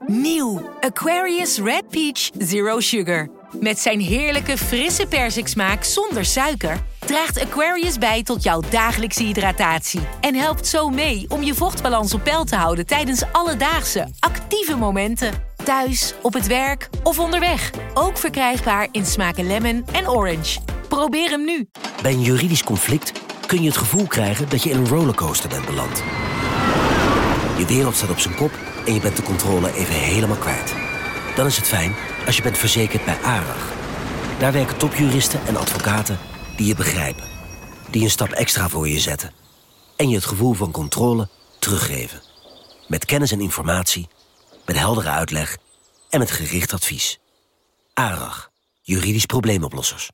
Nieuw Aquarius Red Peach Zero Sugar. Met zijn heerlijke frisse persiksmaak zonder suiker draagt Aquarius bij tot jouw dagelijkse hydratatie. En helpt zo mee om je vochtbalans op peil te houden tijdens alledaagse, actieve momenten. Thuis, op het werk of onderweg. Ook verkrijgbaar in smaken lemon en orange. Probeer hem nu. Bij een juridisch conflict kun je het gevoel krijgen dat je in een rollercoaster bent beland. Je wereld staat op zijn kop en je bent de controle even helemaal kwijt. Dan is het fijn als je bent verzekerd bij ARAG. Daar werken topjuristen en advocaten die je begrijpen. Die een stap extra voor je zetten. En je het gevoel van controle teruggeven. Met kennis en informatie, met heldere uitleg en met gericht advies. ARAG, juridisch probleemoplossers.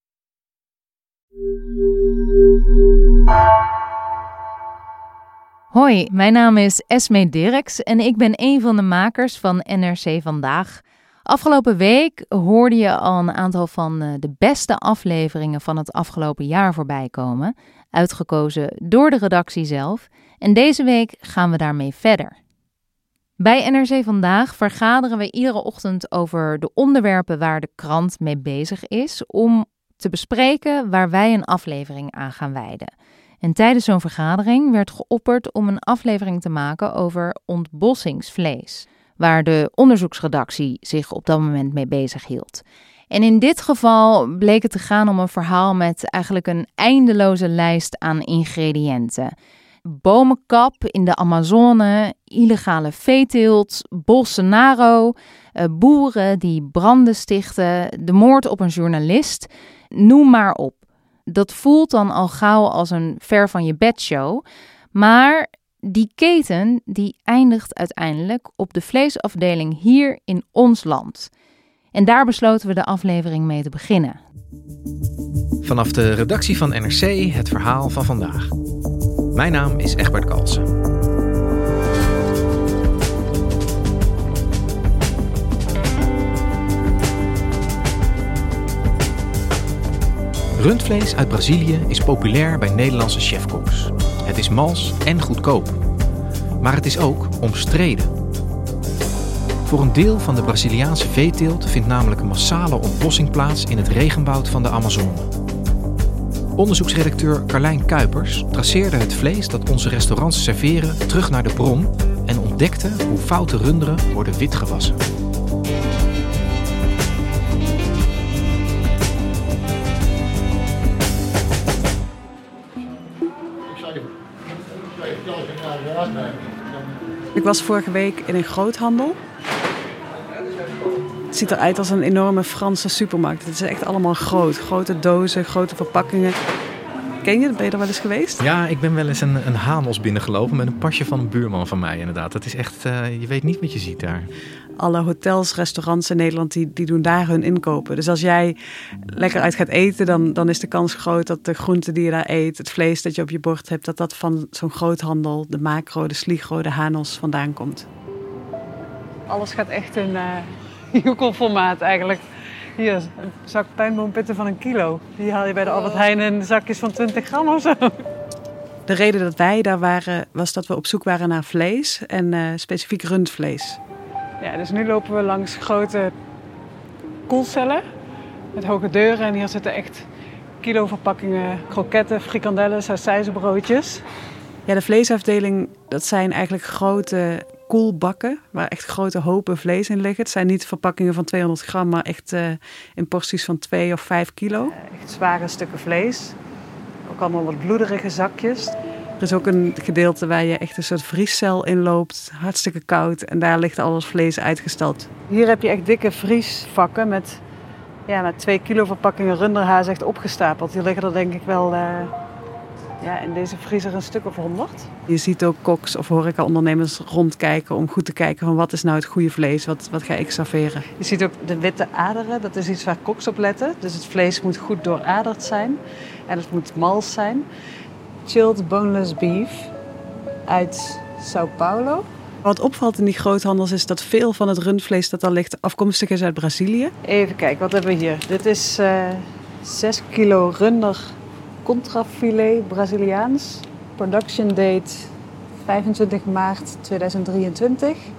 Hoi, mijn naam is Esmee Dirks en ik ben een van de makers van NRC Vandaag. Afgelopen week hoorde je al een aantal van de beste afleveringen van het afgelopen jaar voorbij komen. Uitgekozen door de redactie zelf. En deze week gaan we daarmee verder. Bij NRC Vandaag vergaderen we iedere ochtend over de onderwerpen waar de krant mee bezig is, om te bespreken waar wij een aflevering aan gaan wijden. En tijdens zo'n vergadering werd geopperd om een aflevering te maken over ontbossingsvlees, waar de onderzoeksredactie zich op dat moment mee bezig hield. En in dit geval bleek het te gaan om een verhaal met eigenlijk een eindeloze lijst aan ingrediënten. Bomenkap in de Amazone, illegale veeteelt, Bolsonaro, boeren die branden stichten, de moord op een journalist, noem maar op. Dat voelt dan al gauw als een ver van je bedshow, maar die keten die eindigt uiteindelijk op de vleesafdeling hier in ons land. En daar besloten we de aflevering mee te beginnen. Vanaf de redactie van NRC het verhaal van vandaag. Mijn naam is Egbert Kalsen. Rundvlees uit Brazilië is populair bij Nederlandse chefkoks. Het is mals en goedkoop. Maar het is ook omstreden. Voor een deel van de Braziliaanse veeteelt vindt namelijk een massale ontbossing plaats in het regenwoud van de Amazone. Onderzoeksredacteur Carlijn Kuipers traceerde het vlees dat onze restaurants serveren terug naar de bron en ontdekte hoe foute runderen worden witgewassen. Ik was vorige week in een groothandel. Het ziet eruit als een enorme Franse supermarkt. Het is echt allemaal groot. Grote dozen, grote verpakkingen. Ken je? Ben je er wel eens geweest? Ja, ik ben wel eens een Hanos binnengelopen met een pasje van een buurman van mij inderdaad. Dat is echt, je weet niet wat je ziet daar. Alle hotels, restaurants in Nederland, die doen daar hun inkopen. Dus als jij lekker uit gaat eten, dan is de kans groot dat de groenten die je daar eet, het vlees dat je op je bord hebt, dat van zo'n groothandel, de Makro, de Sligro, de Hanos vandaan komt. Alles gaat echt in joekelformaat eigenlijk. Hier, een zak pijnboompitten van 1 kilo. Die haal je bij de Albert Heijn in zakjes van 20 gram of zo. De reden dat wij daar waren, was dat we op zoek waren naar vlees en specifiek rundvlees. Ja, dus nu lopen we langs grote koelcellen met hoge deuren. En hier zitten echt kiloverpakkingen, kroketten, frikandellen, sausijzenbroodjes. Ja, de vleesafdeling, dat zijn eigenlijk grote koelbakken waar echt grote hopen vlees in liggen. Het zijn niet verpakkingen van 200 gram, maar echt in porties van 2 of 5 kilo. Echt zware stukken vlees. Ook allemaal wat bloederige zakjes. Er is ook een gedeelte waar je echt een soort vriescel in loopt. Hartstikke koud. En daar ligt al het vlees uitgestald. Hier heb je echt dikke vriesvakken met 2 kilo verpakkingen runderhaas echt opgestapeld. Die liggen er denk ik wel in deze vriezer een stuk of 100. Je ziet ook koks of horecaondernemers rondkijken om goed te kijken van wat is nou het goede vlees, wat ga ik serveren. Je ziet ook de witte aderen, dat is iets waar koks op letten. Dus het vlees moet goed dooraderd zijn en het moet mals zijn. Chilled boneless beef uit Sao Paulo. Wat opvalt in die groothandels is dat veel van het rundvlees dat al ligt afkomstig is uit Brazilië. Even kijken, wat hebben we hier? Dit is 6 kilo runder contrafilet Braziliaans. Production date 25 maart 2023.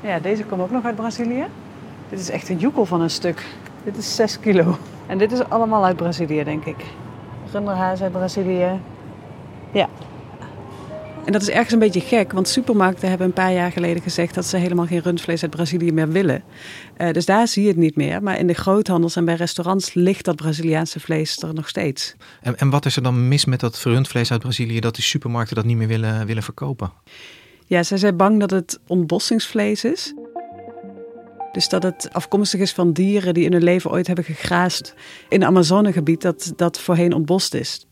Ja, deze komt ook nog uit Brazilië. Dit is echt een joekel van een stuk. Dit is 6 kilo. En dit is allemaal uit Brazilië, denk ik. Runderhaas uit Brazilië. Ja. En dat is ergens een beetje gek, want supermarkten hebben een paar jaar geleden gezegd dat ze helemaal geen rundvlees uit Brazilië meer willen. Dus daar zie je het niet meer. Maar in de groothandels en bij restaurants ligt dat Braziliaanse vlees er nog steeds. En wat is er dan mis met dat rundvlees uit Brazilië dat die supermarkten dat niet meer willen verkopen? Ja, zij zijn bang dat het ontbossingsvlees is. Dus dat het afkomstig is van dieren die in hun leven ooit hebben gegraasd in het Amazonegebied dat voorheen ontbost is.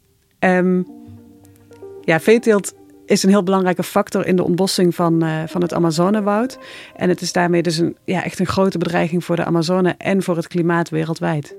Veeteelt is een heel belangrijke factor in de ontbossing van het Amazonewoud. En het is daarmee dus echt een grote bedreiging voor de Amazone en voor het klimaat wereldwijd.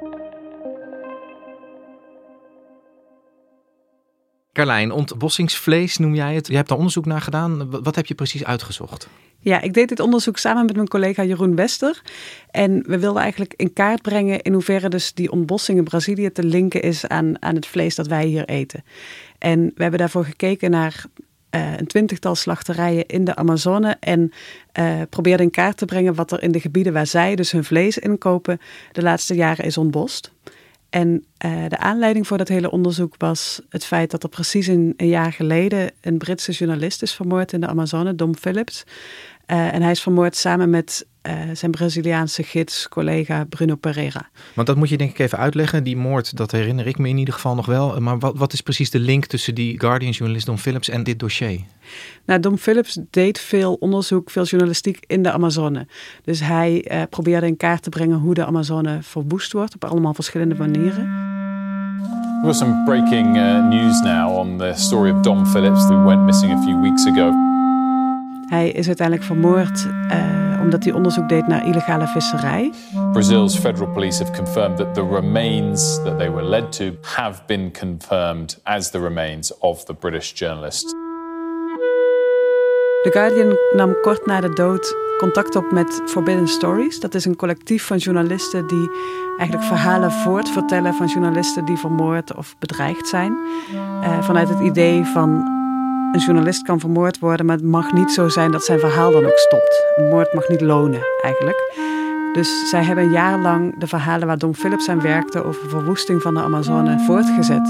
Carlijn, ontbossingsvlees noem jij het. Je hebt daar onderzoek naar gedaan. Wat heb je precies uitgezocht? Ja, ik deed dit onderzoek samen met mijn collega Jeroen Wester. En we wilden eigenlijk in kaart brengen in hoeverre dus die ontbossing in Brazilië te linken is aan het vlees dat wij hier eten. En we hebben daarvoor gekeken naar een 20-tal slachterijen in de Amazone en probeerden in kaart te brengen wat er in de gebieden waar zij dus hun vlees inkopen de laatste jaren is ontbost. En de aanleiding voor dat hele onderzoek was het feit dat er precies een jaar geleden een Britse journalist is vermoord in de Amazone, Dom Phillips. En hij is vermoord samen met zijn Braziliaanse gids, collega Bruno Pereira. Want dat moet je denk ik even uitleggen. Die moord, dat herinner ik me in ieder geval nog wel. Maar wat is precies de link tussen die Guardian-journalist Dom Phillips en dit dossier? Nou, Dom Phillips deed veel onderzoek, veel journalistiek in de Amazone. Dus hij probeerde in kaart te brengen hoe de Amazone verwoest wordt op allemaal verschillende manieren. We've got some breaking news now on the story of Dom Phillips, who went missing a few weeks ago. Hij is uiteindelijk vermoord omdat hij onderzoek deed naar illegale visserij. Brazil's federal police have confirmed that the remains that they were led to have been confirmed as the remains of the British journalist. The Guardian nam kort na de dood contact op met Forbidden Stories. Dat is een collectief van journalisten die eigenlijk verhalen voortvertellen van journalisten die vermoord of bedreigd zijn. Vanuit het idee van een journalist kan vermoord worden, maar het mag niet zo zijn dat zijn verhaal dan ook stopt. Een moord mag niet lonen, eigenlijk. Dus zij hebben jarenlang de verhalen waar Dom Phillips aan werkte over verwoesting van de Amazone voortgezet.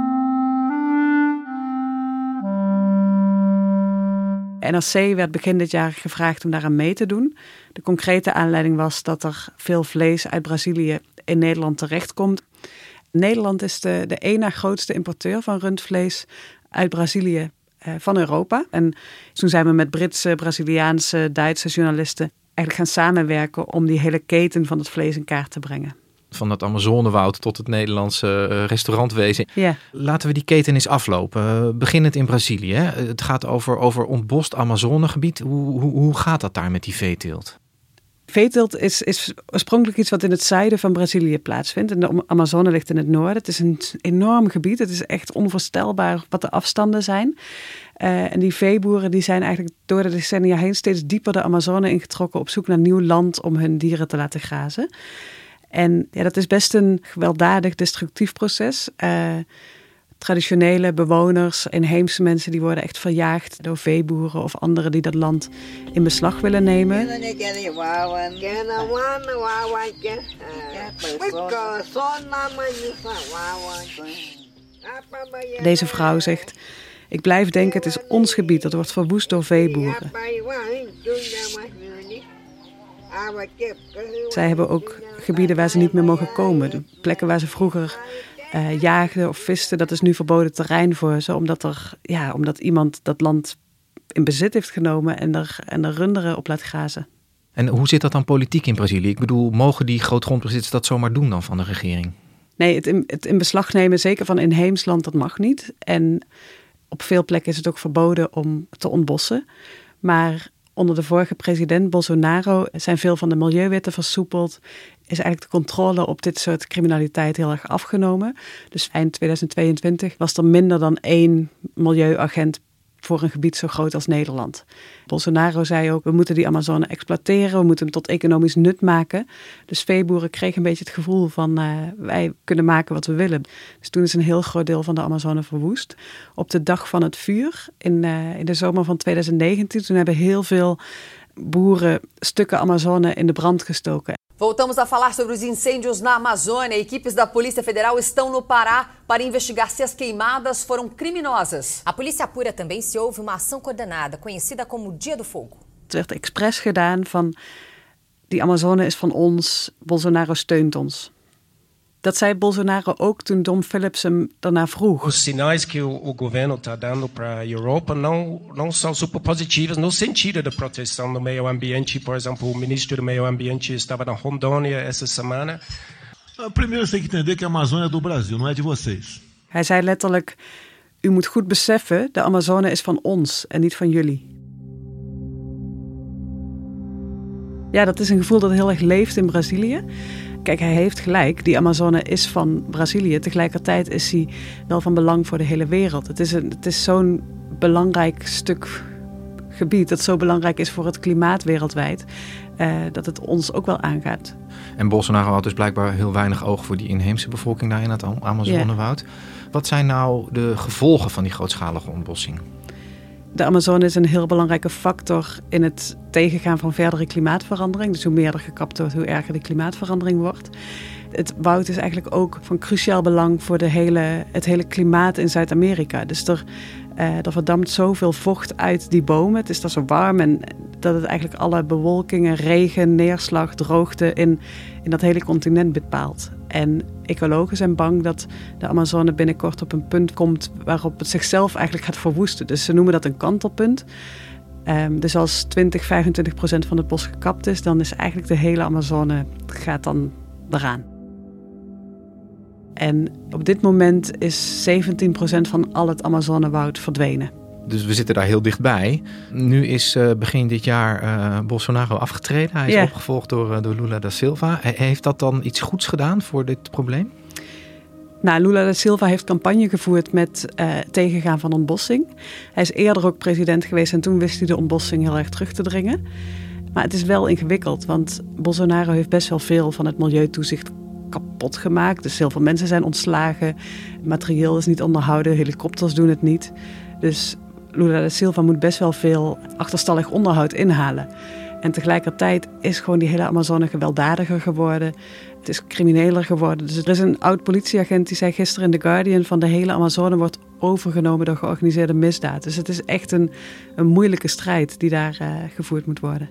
NRC werd begin dit jaar gevraagd om daaraan mee te doen. De concrete aanleiding was dat er veel vlees uit Brazilië in Nederland terechtkomt. Nederland is de één na grootste importeur van rundvlees uit Brazilië van Europa. En toen zijn we met Britse, Braziliaanse, Duitse journalisten eigenlijk gaan samenwerken om die hele keten van het vlees in kaart te brengen. Van het Amazonewoud tot het Nederlandse restaurantwezen. Ja. Laten we die keten eens aflopen. Beginnend in Brazilië. Hè? Het gaat over ontbost Amazonegebied. Hoe gaat dat daar met die veeteelt? Veeteelt is oorspronkelijk iets wat in het zuiden van Brazilië plaatsvindt. En de Amazone ligt in het noorden. Het is een enorm gebied. Het is echt onvoorstelbaar wat de afstanden zijn. En die veeboeren die zijn eigenlijk door de decennia heen steeds dieper de Amazone ingetrokken op zoek naar nieuw land om hun dieren te laten grazen. En ja, dat is best een gewelddadig, destructief proces. Traditionele bewoners, inheemse mensen, die worden echt verjaagd door veeboeren of anderen die dat land in beslag willen nemen. Deze vrouw zegt: ik blijf denken, het is ons gebied, dat wordt verwoest door veeboeren. Zij hebben ook gebieden waar ze niet meer mogen komen. De plekken waar ze vroeger jaagden of visten, dat is nu verboden terrein voor ze. Omdat iemand dat land in bezit heeft genomen en er runderen op laat grazen. En hoe zit dat dan politiek in Brazilië? Ik bedoel, mogen die grootgrondbezitters dat zomaar doen dan van de regering? Nee, het in beslag nemen, zeker van inheems land, dat mag niet. En op veel plekken is het ook verboden om te ontbossen. Maar onder de vorige president Bolsonaro zijn veel van de milieuwetten versoepeld. Is eigenlijk de controle op dit soort criminaliteit heel erg afgenomen. Dus eind 2022 was er minder dan 1 milieuagent voor een gebied zo groot als Nederland. Bolsonaro zei ook, we moeten die Amazone exploiteren, we moeten hem tot economisch nut maken. Dus veeboeren kregen een beetje het gevoel van wij kunnen maken wat we willen. Dus toen is een heel groot deel van de Amazone verwoest. Op de dag van het vuur in de zomer van 2019, toen hebben heel veel boeren stukken Amazone in de brand gestoken. Voltamos a falar sobre os incêndios na Amazônia. Equipes da Polícia Federal estão no Pará para investigar se as queimadas foram criminosas. A polícia apura também se houve uma ação coordenada, conhecida como Dia do Fogo. Het werd expres gedaan van, die Amazone is van ons, Bolsonaro steunt ons. Dat zei Bolsonaro ook toen Dom Phillips hem daarna vroeg. Os sinais que o governo está dando para a Europa não são super positivos no sentido da proteção do meio ambiente. Por exemplo, o ministro do Meio Ambiente estava na Rondônia essa semana. Primeiro você tem que entender que a Amazônia é do Brasil, não é de vocês. Hij zei letterlijk, u moet goed beseffen, de Amazone is van ons en niet van jullie. Ja, dat is een gevoel dat heel erg leeft in Brazilië. Kijk, hij heeft gelijk. Die Amazone is van Brazilië. Tegelijkertijd is hij wel van belang voor de hele wereld. Het is zo'n belangrijk stuk gebied dat zo belangrijk is voor het klimaat wereldwijd, dat het ons ook wel aangaat. En Bolsonaro had dus blijkbaar heel weinig oog voor die inheemse bevolking daar in het Amazonewoud. Ja. Wat zijn nou de gevolgen van die grootschalige ontbossing? De Amazone is een heel belangrijke factor in het tegengaan van verdere klimaatverandering. Dus hoe meer er gekapt wordt, hoe erger de klimaatverandering wordt. Het woud is eigenlijk ook van cruciaal belang voor het hele klimaat in Zuid-Amerika. Dus er verdampt zoveel vocht uit die bomen. Het is daar zo warm en dat het eigenlijk alle bewolkingen, regen, neerslag, droogte in dat hele continent bepaalt. En ecologen zijn bang dat de Amazone binnenkort op een punt komt waarop het zichzelf eigenlijk gaat verwoesten. Dus ze noemen dat een kantelpunt. Dus als 20-25% van het bos gekapt is, dan is eigenlijk de hele Amazone gaat dan eraan. En op dit moment is 17% van al het Amazonewoud verdwenen. Dus we zitten daar heel dichtbij. Nu is begin dit jaar Bolsonaro afgetreden. Hij is opgevolgd door Lula da Silva. Heeft dat dan iets goeds gedaan voor dit probleem? Nou, Lula da Silva heeft campagne gevoerd met tegengaan van ontbossing. Hij is eerder ook president geweest en toen wist hij de ontbossing heel erg terug te dringen. Maar het is wel ingewikkeld, want Bolsonaro heeft best wel veel van het milieutoezicht kapot gemaakt. Dus heel veel mensen zijn ontslagen. Materieel is niet onderhouden, helikopters doen het niet. Dus Lula da Silva moet best wel veel achterstallig onderhoud inhalen. En tegelijkertijd is gewoon die hele Amazone gewelddadiger geworden. Het is crimineler geworden. Dus er is een oud politieagent die zei gisteren in The Guardian van de hele Amazone wordt overgenomen door georganiseerde misdaad. Dus het is echt een moeilijke strijd die daar gevoerd moet worden.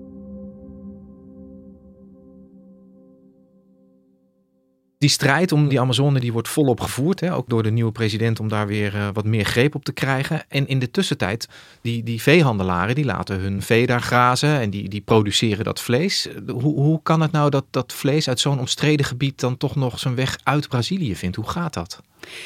Die strijd om die Amazone die wordt volop gevoerd, hè, ook door de nieuwe president om daar weer wat meer greep op te krijgen. En in de tussentijd, die veehandelaren die laten hun vee daar grazen en die produceren dat vlees. Hoe kan het nou dat vlees uit zo'n omstreden gebied dan toch nog zijn weg uit Brazilië vindt? Hoe gaat dat?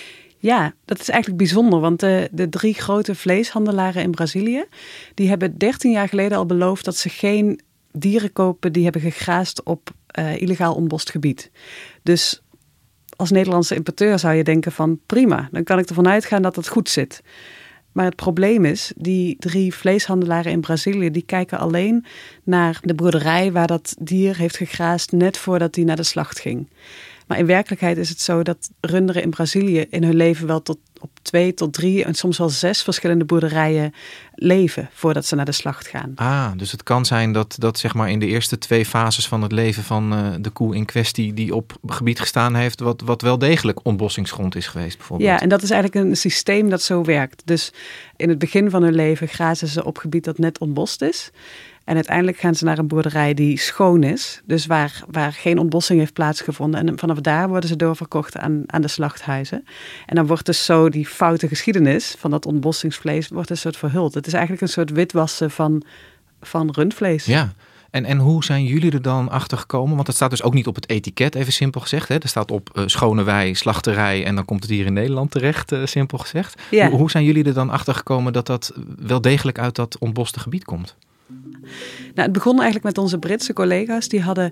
Ja, dat is eigenlijk bijzonder, want de 3 grote vleeshandelaren in Brazilië, die hebben 13 jaar geleden al beloofd dat ze geen dieren kopen die hebben gegraasd op illegaal ontbost gebied. Dus als Nederlandse importeur zou je denken van prima, dan kan ik ervan uitgaan dat het goed zit. Maar het probleem is, die 3 vleeshandelaren in Brazilië, die kijken alleen naar de boerderij waar dat dier heeft gegraasd net voordat hij naar de slacht ging. Maar in werkelijkheid is het zo dat runderen in Brazilië in hun leven wel op 2 tot 3 en soms wel 6 verschillende boerderijen leven voordat ze naar de slacht gaan. Dus het kan zijn dat zeg maar in de eerste 2 fases van het leven van de koe in kwestie die op gebied gestaan heeft, wat wel degelijk ontbossingsgrond is geweest bijvoorbeeld. Ja, en dat is eigenlijk een systeem dat zo werkt. Dus in het begin van hun leven grazen ze op gebied dat net ontbost is. En uiteindelijk gaan ze naar een boerderij die schoon is. Dus waar geen ontbossing heeft plaatsgevonden. En vanaf daar worden ze doorverkocht aan de slachthuizen. En dan wordt dus zo die foute geschiedenis van dat ontbossingsvlees wordt een soort verhuld. Het is eigenlijk een soort witwassen van rundvlees. Ja. En hoe zijn jullie er dan achter gekomen? Want het staat dus ook niet op het etiket, even simpel gezegd. Hè? Er staat op schone wei, slachterij en dan komt het hier in Nederland terecht, simpel gezegd. Ja. Hoe zijn jullie er dan achter gekomen dat wel degelijk uit dat ontboste gebied komt? Nou, het begon eigenlijk met onze Britse collega's. Die hadden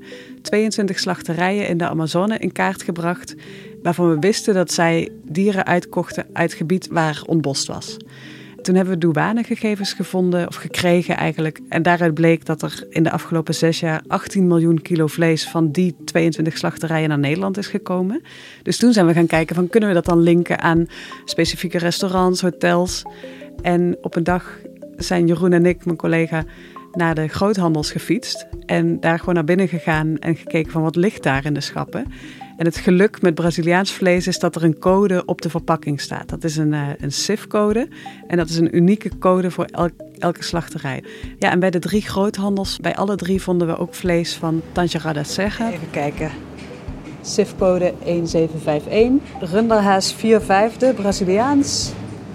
22 slachterijen in de Amazone in kaart gebracht, waarvan we wisten dat zij dieren uitkochten uit gebied waar ontbost was. Toen hebben we douanegegevens gevonden, of gekregen eigenlijk. En daaruit bleek dat er in de afgelopen 6 jaar 18 miljoen kilo vlees van die 22 slachterijen naar Nederland is gekomen. Dus toen zijn we gaan kijken van kunnen we dat dan linken aan specifieke restaurants, hotels. En op een dag zijn Jeroen en ik, mijn collega, naar de groothandels gefietst en daar gewoon naar binnen gegaan en gekeken van wat ligt daar in de schappen. En het geluk met Braziliaans vlees is dat er een code op de verpakking staat. Dat is een CIF-code en dat is een unieke code voor elke slachterij. Ja, en bij de 3 groothandels, bij alle 3 vonden we ook vlees van Tanjara da Serra. Even kijken. CIF-code 1751. Runderhaas 4/5, Braziliaans.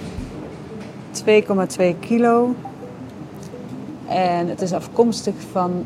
2,2 kilo. En het is afkomstig van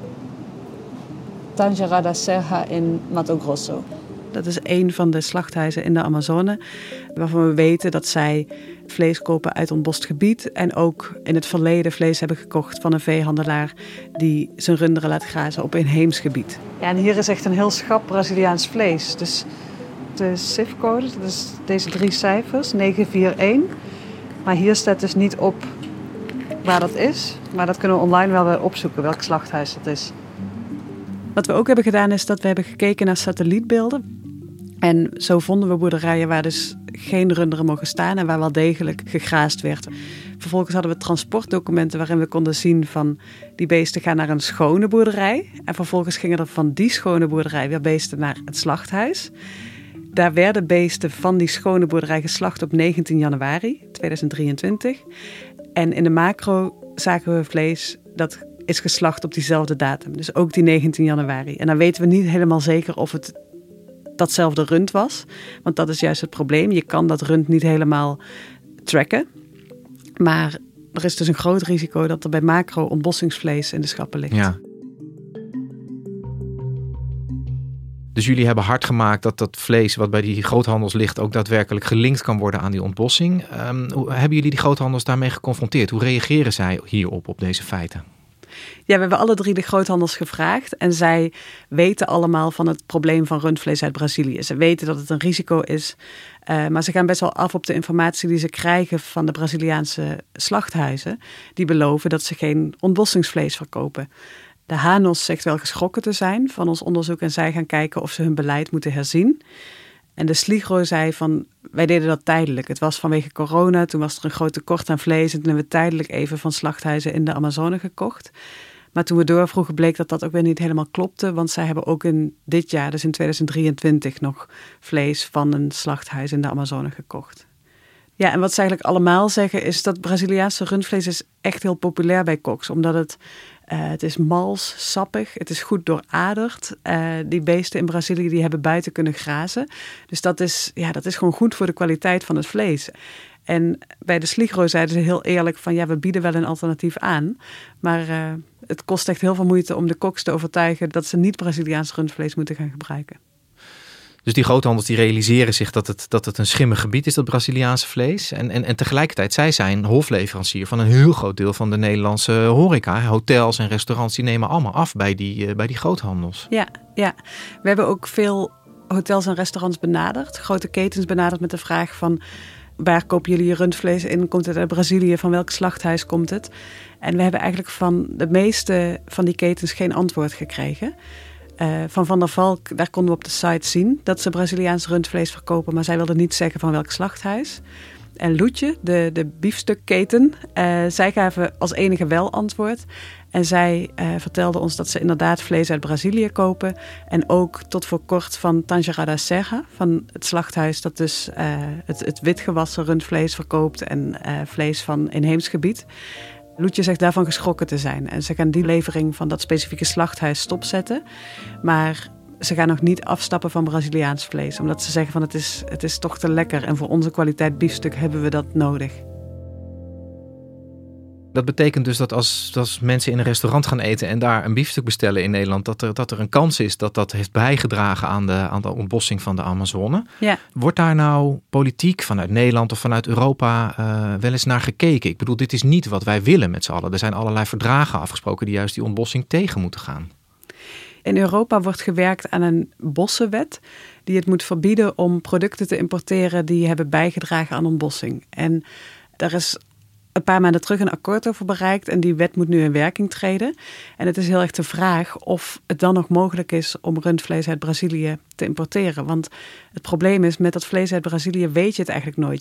Tanjara da Serra in Mato Grosso. Dat is een van de slachthuizen in de Amazone, waarvan we weten dat zij vlees kopen uit ontbost gebied en ook in het verleden vlees hebben gekocht van een veehandelaar die zijn runderen laat grazen op inheems gebied. Ja, en hier is echt een heel schap Braziliaans vlees. Dus de CIF-code, dat is deze 3 cijfers, 941. Maar hier staat dus niet op waar dat is, maar dat kunnen we online wel weer opzoeken, welk slachthuis dat is. Wat we ook hebben gedaan is dat we hebben gekeken naar satellietbeelden. En zo vonden we boerderijen waar dus geen runderen mogen staan en waar wel degelijk gegraasd werd. Vervolgens hadden we transportdocumenten waarin we konden zien van die beesten gaan naar een schone boerderij. En vervolgens gingen er van die schone boerderij weer beesten naar het slachthuis. Daar werden beesten van die schone boerderij geslacht op 19 januari 2023. En in de macro zagen we vlees dat is geslacht op diezelfde datum. Dus ook die 19 januari. En dan weten we niet helemaal zeker of het datzelfde rund was. Want dat is juist het probleem. Je kan dat rund niet helemaal tracken. Maar er is dus een groot risico dat er bij macro ontbossingsvlees in de schappen ligt. Ja. Dus jullie hebben hard gemaakt dat dat vlees wat bij die groothandels ligt ook daadwerkelijk gelinkt kan worden aan die ontbossing. Hoe hebben jullie die groothandels daarmee geconfronteerd? Hoe reageren zij hierop, op deze feiten? Ja, we hebben alle 3 de groothandels gevraagd en zij weten allemaal van het probleem van rundvlees uit Brazilië. Ze weten dat het een risico is, maar ze gaan best wel af op de informatie die ze krijgen van de Braziliaanse slachthuizen. Die beloven dat ze geen ontbossingsvlees verkopen. De Hanos zegt wel geschrokken te zijn van ons onderzoek en zij gaan kijken of ze hun beleid moeten herzien. En de Sligro zei van, wij deden dat tijdelijk. Het was vanwege corona, toen was er een groot tekort aan vlees en toen hebben we tijdelijk even van slachthuizen in de Amazone gekocht. Maar toen we doorvroegen bleek dat dat ook weer niet helemaal klopte, want zij hebben ook in dit jaar, dus in 2023, nog vlees van een slachthuis in de Amazone gekocht. Ja, en wat ze eigenlijk allemaal zeggen is dat Braziliaanse rundvlees is echt heel populair bij koks, omdat het is mals, sappig, het is goed dooraderd. Die beesten in Brazilië die hebben buiten kunnen grazen. Dus dat is gewoon goed voor de kwaliteit van het vlees. En bij de Sligro zeiden ze heel eerlijk van ja, we bieden wel een alternatief aan. Maar het kost echt heel veel moeite om de koks te overtuigen dat ze niet Braziliaans rundvlees moeten gaan gebruiken. Dus die groothandels die realiseren zich dat het een schimmig gebied is, dat Braziliaanse vlees. En tegelijkertijd, zij zijn hofleverancier van een heel groot deel van de Nederlandse horeca. Hotels en restaurants, die nemen allemaal af bij die groothandels. Ja, we hebben ook veel hotels en restaurants benaderd. Grote ketens benaderd met de vraag van, waar kopen jullie je rundvlees in? Komt het uit Brazilië? Van welk slachthuis komt het? En we hebben eigenlijk van de meeste van die ketens geen antwoord gekregen. Van der Valk, daar konden we op de site zien dat ze Braziliaans rundvlees verkopen, maar zij wilden niet zeggen van welk slachthuis. En Loetje, de biefstukketen, zij gaven als enige wel antwoord. En zij vertelden ons dat ze inderdaad vlees uit Brazilië kopen. En ook tot voor kort van Tanjara da Serra, van het slachthuis dat dus het witgewassen rundvlees verkoopt en vlees van inheems gebied. Loetje zegt daarvan geschrokken te zijn. En ze gaan die levering van dat specifieke slachthuis stopzetten. Maar ze gaan nog niet afstappen van Braziliaans vlees. Omdat ze zeggen van het is toch te lekker. En voor onze kwaliteit biefstuk hebben we dat nodig. Dat betekent dus dat als mensen in een restaurant gaan eten en daar een biefstuk bestellen in Nederland, dat er een kans is dat heeft bijgedragen aan de ontbossing van de Amazone. Ja. Wordt daar nou politiek vanuit Nederland of vanuit Europa wel eens naar gekeken? Ik bedoel, dit is niet wat wij willen met z'n allen. Er zijn allerlei verdragen afgesproken die juist die ontbossing tegen moeten gaan. In Europa wordt gewerkt aan een bossenwet die het moet verbieden om producten te importeren die hebben bijgedragen aan ontbossing. En daar is een paar maanden terug een akkoord over bereikt en die wet moet nu in werking treden. En het is heel erg de vraag of het dan nog mogelijk is om rundvlees uit Brazilië te importeren. Want het probleem is, met dat vlees uit Brazilië weet je het eigenlijk nooit.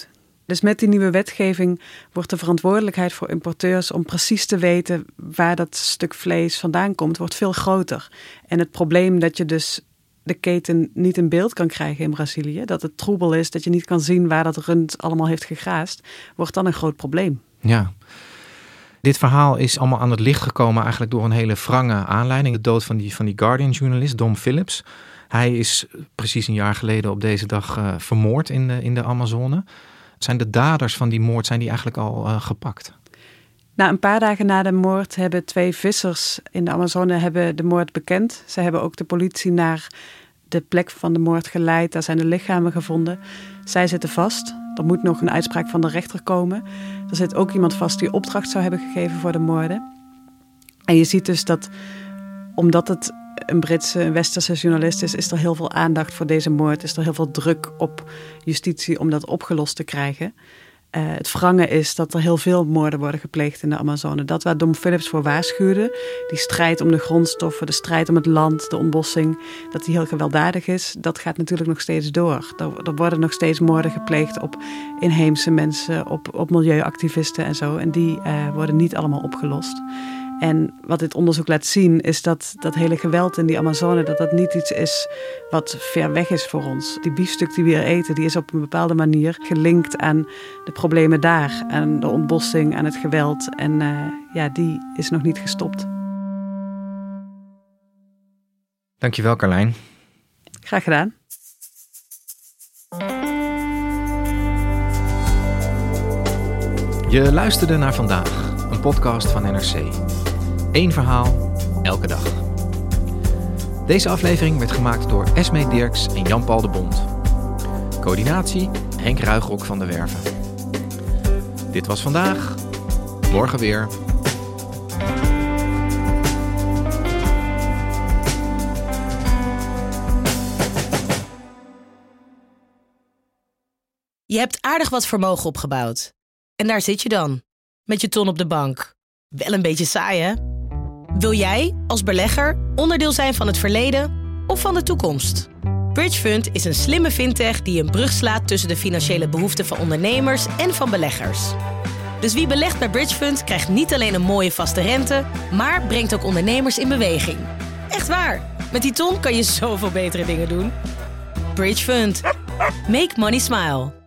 Dus met die nieuwe wetgeving wordt de verantwoordelijkheid voor importeurs om precies te weten waar dat stuk vlees vandaan komt, wordt veel groter. En het probleem dat je dus de keten niet in beeld kan krijgen in Brazilië, dat het troebel is, dat je niet kan zien waar dat rund allemaal heeft gegraasd, wordt dan een groot probleem. Ja. Dit verhaal is allemaal aan het licht gekomen eigenlijk door een hele wrange aanleiding. De dood van die Guardian-journalist, Dom Phillips. Hij is precies een jaar geleden op deze dag vermoord in de Amazone. Zijn de daders van die moord, zijn die eigenlijk al gepakt? Een paar dagen na de moord hebben 2 vissers in de Amazone de moord bekend. Ze hebben ook de politie naar de plek van de moord geleid. Daar zijn de lichamen gevonden. Zij zitten vast. Er moet nog een uitspraak van de rechter komen. Er zit ook iemand vast die opdracht zou hebben gegeven voor de moorden. En je ziet dus dat, omdat het een westerse journalist is er heel veel aandacht voor deze moord. Is er heel veel druk op justitie om dat opgelost te krijgen. Het wrange is dat er heel veel moorden worden gepleegd in de Amazone. Dat waar Dom Phillips voor waarschuwde, die strijd om de grondstoffen, de strijd om het land, de ontbossing, dat die heel gewelddadig is, dat gaat natuurlijk nog steeds door. Er worden nog steeds moorden gepleegd op inheemse mensen, op milieuactivisten en zo. En die worden niet allemaal opgelost. En wat dit onderzoek laat zien is dat hele geweld in die Amazone, dat niet iets is wat ver weg is voor ons. Die biefstuk die we hier eten, die is op een bepaalde manier gelinkt aan de problemen daar. Aan de ontbossing, aan het geweld. En die is nog niet gestopt. Dankjewel, Carlijn. Graag gedaan. Je luisterde naar Vandaag, een podcast van NRC. 1 verhaal, elke dag. Deze aflevering werd gemaakt door Esmee Dirks en Jan-Paul de Bond. Coördinatie Henk Ruigrok van de Werven. Dit was Vandaag, morgen weer. Je hebt aardig wat vermogen opgebouwd. En daar zit je dan, met je ton op de bank. Wel een beetje saai, hè? Wil jij, als belegger, onderdeel zijn van het verleden of van de toekomst? Bridgefund is een slimme fintech die een brug slaat tussen de financiële behoeften van ondernemers en van beleggers. Dus wie belegt bij Bridgefund krijgt niet alleen een mooie vaste rente, maar brengt ook ondernemers in beweging. Echt waar, met die ton kan je zoveel betere dingen doen. Bridgefund. Make money smile.